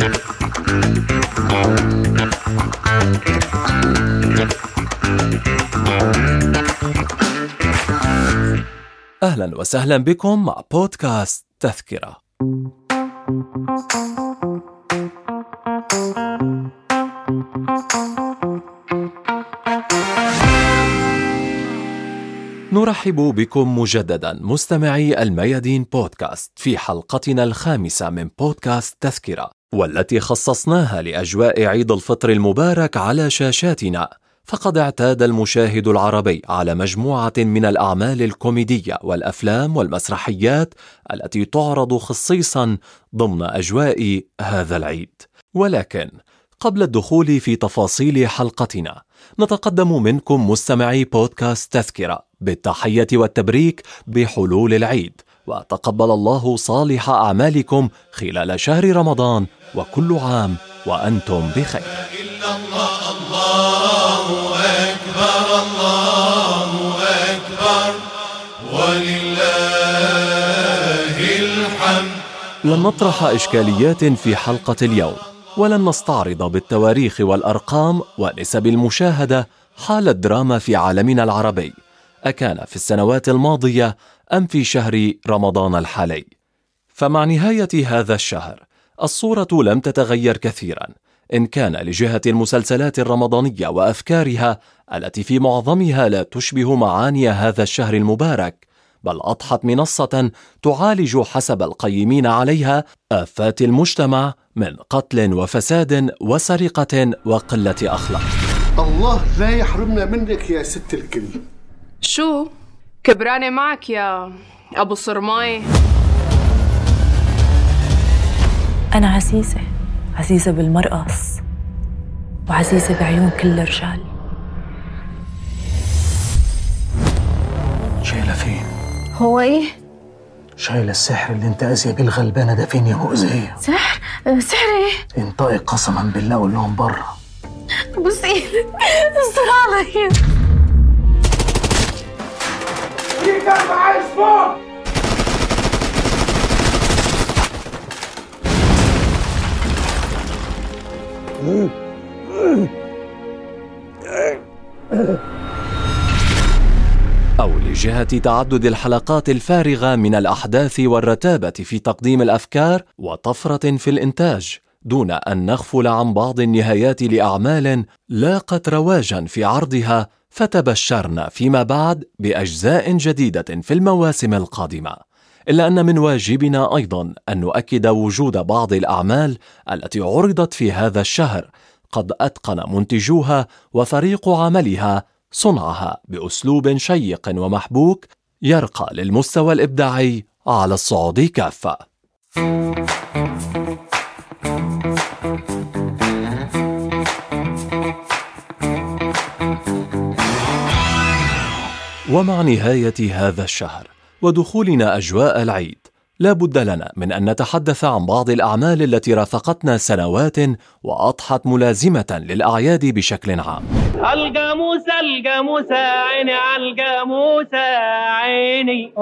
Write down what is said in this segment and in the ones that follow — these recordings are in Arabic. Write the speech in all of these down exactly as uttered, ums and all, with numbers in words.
أهلا وسهلا بكم مع بودكاست تذكرة. نرحب بكم مجددا مستمعي الميادين بودكاست في حلقتنا الخامسة من بودكاست تذكرة، والتي خصصناها لأجواء عيد الفطر المبارك على شاشاتنا. فقد اعتاد المشاهد العربي على مجموعة من الأعمال الكوميدية والأفلام والمسرحيات التي تعرض خصيصا ضمن أجواء هذا العيد. ولكن قبل الدخول في تفاصيل حلقتنا، نتقدم منكم مستمعي بودكاست تذكرة بالتحية والتبريك بحلول العيد، وتقبل الله صالح أعمالكم خلال شهر رمضان، وكل عام وأنتم بخير. الله الله أكبر الله أكبر ولله الحمد. لن نطرح إشكاليات في حلقة اليوم، ولن نستعرض بالتواريخ والأرقام ونسب المشاهدة حال الدراما في عالمنا العربي، أكان في السنوات الماضية أم في شهر رمضان الحالي. فمع نهاية هذا الشهر الصورة لم تتغير كثيرا، إن كان لجهة المسلسلات الرمضانية وأفكارها التي في معظمها لا تشبه معاني هذا الشهر المبارك، بل أضحت منصة تعالج حسب القيمين عليها آفات المجتمع من قتل وفساد وسرقة وقلة أخلاق. الله لا يحرمنا منك يا ست الكل. شو؟ كبرانة معك يا أبو صرماي. أنا عزيزة، عزيزة بالمرقص وعزيزة بعيون كل الرجال. شايلة فين؟ هو إيه؟ شايلة السحر اللي انت قاسية بيه الغلبانة ده فين يا مؤذية؟ سحر؟ سحر إيه؟ انطقي قسما بالله قول لهم برا. بص إيدك استر عليا. في كم عايز فوق. أو لجهة تعدد الحلقات الفارغة من الأحداث والرتابة في تقديم الأفكار وطفرة في الإنتاج، دون أن نغفل عن بعض النهايات لأعمال لاقت رواجا في عرضها، فتبشرنا فيما بعد بأجزاء جديدة في المواسم القادمة. إلا أن من واجبنا أيضا أن نؤكد وجود بعض الأعمال التي عرضت في هذا الشهر قد أتقن منتجوها وفريق عملها صنعها بأسلوب شيق ومحبوك يرقى للمستوى الإبداعي على الصعود كافة. ومع نهاية هذا الشهر ودخولنا أجواء العيد، لا بد لنا من أن نتحدث عن بعض الأعمال التي رافقتنا سنوات وأضحت ملازمة للأعياد بشكل عام. الجاموسة الجاموسة عيني على الجاموسة عيني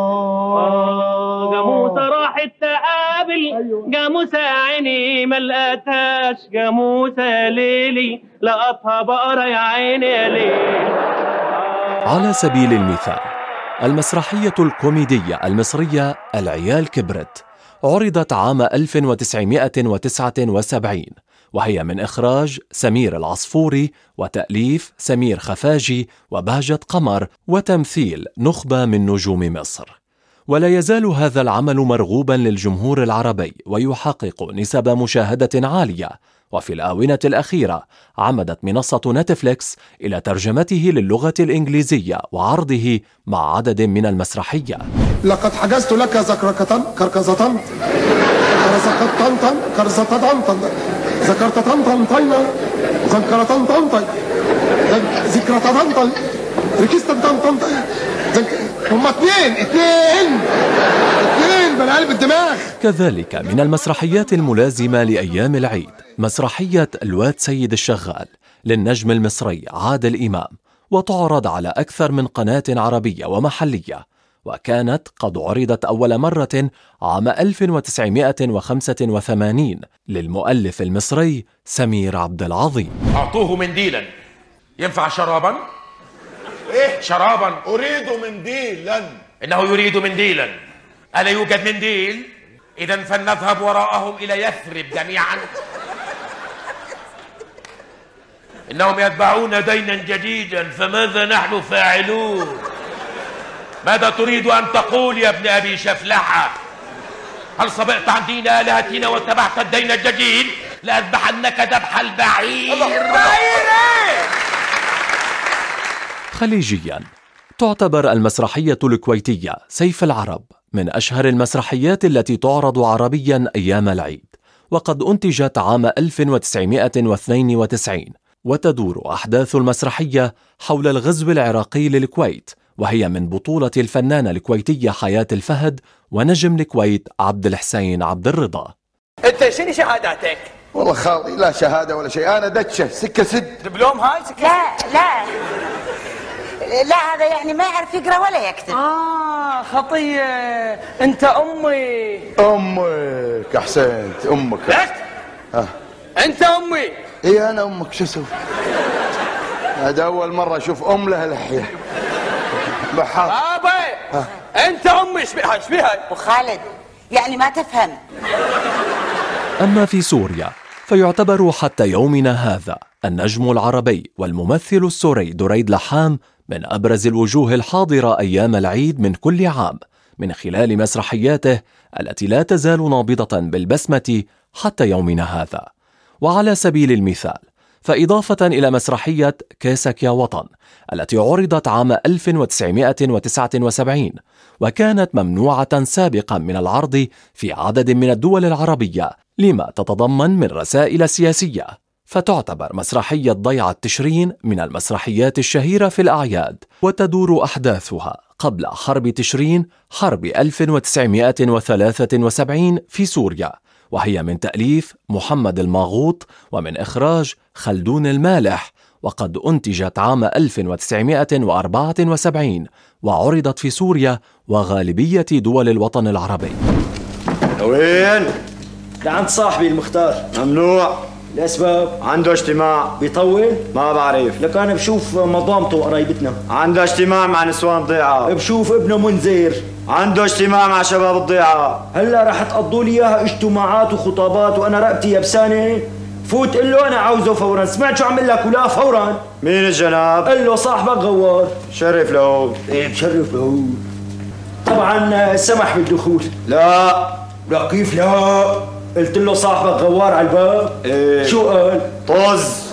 آه جاموسة راحت تقابل جاموسة عيني ما لقتهاش جاموسة ليلي لقطها بقرة يا عيني يا ليلي. على سبيل المثال، المسرحية الكوميدية المصرية العيال كبرت عرضت عام ألف وتسعمائة وتسعة وسبعين، وهي من إخراج سمير العصفوري وتأليف سمير خفاجي وبهجة قمر وتمثيل نخبة من نجوم مصر. ولا يزال هذا العمل مرغوبا للجمهور العربي ويحقق نسب مشاهدة عالية. وفي الآونة الأخيرة عمدت منصة نتفليكس إلى ترجمته للغة الإنجليزية وعرضه مع عدد من المسرحيات. لقد حجزت لك زكركة كركزة كرزقت طنطا كرزة طنطا ذكرت طنطا طينا ذكرة طنطا ذكرة طنطا ركزت طنطا. هما اثنين اثنين اثنين بالقلب الدماغ. كذلك من المسرحيات الملازمة لأيام العيد مسرحية الواد سيد الشغال للنجم المصري عادل إمام، وتعرض على أكثر من قناة عربية ومحلية، وكانت قد عرضت أول مرة عام ألف وتسعمائة وخمسة وثمانين للمؤلف المصري سمير عبد العظيم. أعطوه منديلا. ينفع شرابا؟ إيه شرابا؟ أريد منديلا. إنه يريد منديلا. ألا يوجد منديل؟ إذا فلنذهب وراءهم إلى يثرب جميعا. إنهم يتبعون دينا جديدا، فماذا نحن فاعلون؟ ماذا تريد أن تقول يا ابن أبي شفلحة؟ هل صبئت عن دين آلهتنا واتبعت الدين الجديد؟ لأذبحنك ذبح البعير. خليجيا، تعتبر المسرحية الكويتية سيف العرب من أشهر المسرحيات التي تعرض عربيا أيام العيد، وقد أنتجت عام ألف وتسعمائة واثنين وتسعين، وتدور أحداث المسرحية حول الغزو العراقي للكويت، وهي من بطولة الفنانة الكويتية حياة الفهد ونجم الكويت عبد الحسين عبد الرضا. انت شنو شهاداتك؟ والله خالي لا شهادة ولا شيء، أنا دتشة سكة سد. دبلوم هاي سكة؟ لا لا لا، هذا يعني ما يعرف يقرأ ولا يكتب. آه خطية. أنت أمي. أمك أحسنت، أمك. لك؟ آه. أنت أمي. إيه أنا أمك، شو أسوي؟ هذا أول مرة أشوف أم لها لحية. بحاط. بابا. آه. أنت أمي. إيش بيها؟ إيش بيها؟ وخالد يعني ما تفهم. أما في سوريا فيعتبر حتى يومنا هذا النجم العربي والممثل السوري دريد لحام من أبرز الوجوه الحاضرة أيام العيد من كل عام، من خلال مسرحياته التي لا تزال نابضة بالبسمة حتى يومنا هذا. وعلى سبيل المثال، فإضافة إلى مسرحية كاسك يا وطن التي عرضت عام ألف وتسعمائة وتسعة وسبعين، وكانت ممنوعة سابقا من العرض في عدد من الدول العربية لما تتضمن من رسائل سياسية، فتعتبر مسرحية ضيعة تشرين من المسرحيات الشهيرة في الأعياد، وتدور أحداثها قبل حرب تشرين حرب ألف وتسعمائة وثلاثة وسبعين في سوريا، وهي من تأليف محمد الماغوط ومن إخراج خلدون المالح، وقد أنتجت عام ألف وتسعمائة وأربعة وسبعين وعرضت في سوريا وغالبية دول الوطن العربي. وين؟ لعند صاحبي المختار. ممنوع. الأسباب؟ عنده اجتماع. بيطول؟ ما بعرف. لك أنا بشوف مضامته قرايبتنا. عنده اجتماع مع نسوان ضيعة. بشوف ابنه منذر. عنده اجتماع مع شباب الضيعة. هلا رح تقضوا لي اياها اجتماعات وخطابات وانا رقبتي يبسانه. فوت قل له انا عاوزه فورا. سمعت شو عم لك؟ ولا فورا. مين الجناب؟ قل له صاحبك غوار. شرف له. ايه بشرف له. طبعا سمح بالدخول. لا. لا كيف لا؟ قلت له صاحبك غوار على الباب. ايه. شو قال؟ طز.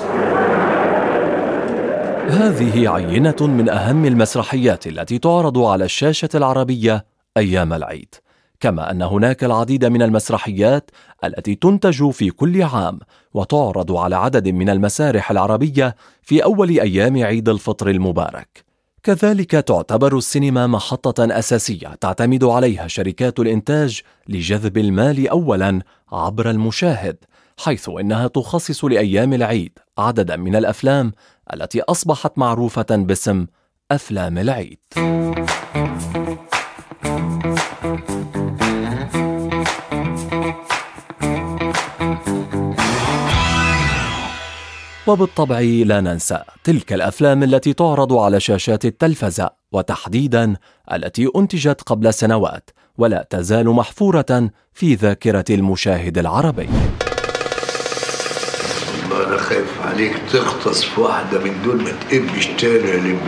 هذه عينة من أهم المسرحيات التي تعرض على الشاشة العربية أيام العيد، كما أن هناك العديد من المسرحيات التي تنتج في كل عام وتعرض على عدد من المسارح العربية في أول أيام عيد الفطر المبارك. كذلك تعتبر السينما محطة أساسية تعتمد عليها شركات الإنتاج لجذب المال أولا عبر المشاهد، حيث إنها تخصص لأيام العيد عددا من الأفلام التي أصبحت معروفة باسم أفلام العيد. وبالطبع لا ننسى تلك الأفلام التي تعرض على شاشات التلفزة، وتحديدا التي أنتجت قبل سنوات ولا تزال محفورة في ذاكرة المشاهد العربي. والله أنا خايف عليك تغطس في واحدة من دول ما تقبش تاني يا لمي.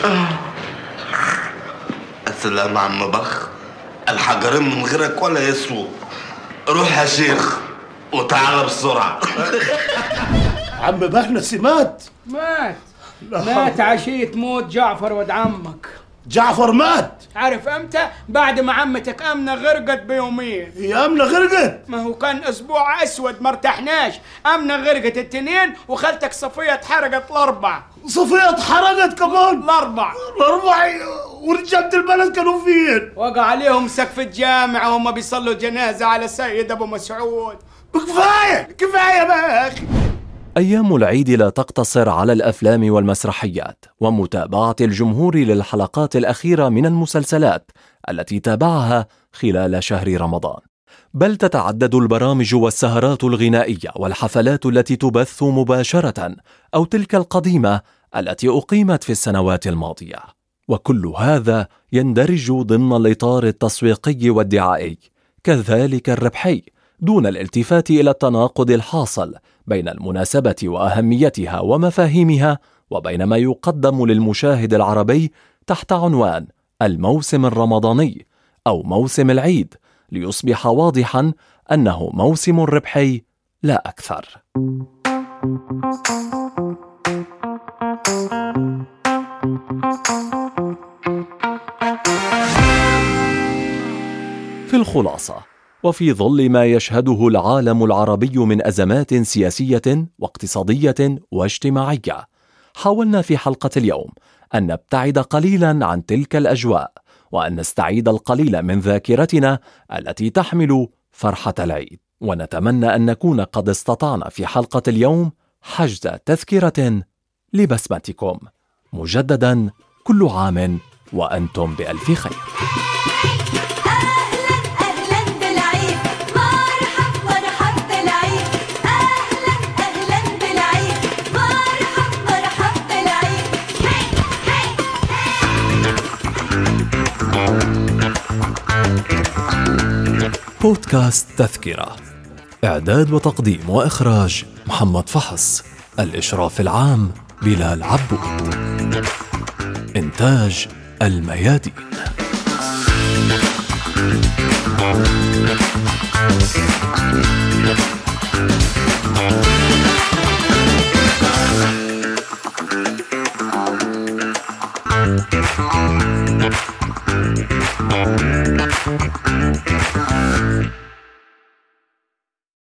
السلام عم بخ، الحجرين من غيرك ولا يسووا. روح يا شيخ وتعالى بسرعة. عم بهنسي مات. مات مات عشية موت جعفر ود عمك. جعفر مات؟ عارف امتى؟ بعد ما عمتك امنه غرقت بيومين. هي امنه غرقت؟ ما هو كان اسبوع اسود ما ارتحناش. امنه غرقت التنين وخالتك صفيه اتحرقت الاربع. صفيه اتحرقت كمان؟ الاربع. الاربع ورجالة البلد كانوا فين؟ وقع عليهم سقف الجامع وهم بيصلوا جنازه على سيد ابو مسعود. كفايه كفايه بقى يا اخي. أيام العيد لا تقتصر على الأفلام والمسرحيات ومتابعة الجمهور للحلقات الأخيرة من المسلسلات التي تابعها خلال شهر رمضان، بل تتعدد البرامج والسهرات الغنائية والحفلات التي تبث مباشرة أو تلك القديمة التي أقيمت في السنوات الماضية. وكل هذا يندرج ضمن الإطار التسويقي والدعائي كذلك الربحي، دون الالتفات إلى التناقض الحاصل بين المناسبة وأهميتها ومفاهيمها وبين ما يقدم للمشاهد العربي تحت عنوان الموسم الرمضاني أو موسم العيد، ليصبح واضحا أنه موسم ربحي لا أكثر. في الخلاصة، وفي ظل ما يشهده العالم العربي من أزمات سياسية واقتصادية واجتماعية، حاولنا في حلقة اليوم أن نبتعد قليلا عن تلك الأجواء وأن نستعيد القليل من ذاكرتنا التي تحمل فرحة العيد، ونتمنى أن نكون قد استطعنا في حلقة اليوم حجز تذكرة لبسمتكم. مجددا كل عام وأنتم بألف خير. بودكاست تذكرة، إعداد وتقديم وإخراج محمد فحص، الإشراف العام بلال عبود، إنتاج الميادين.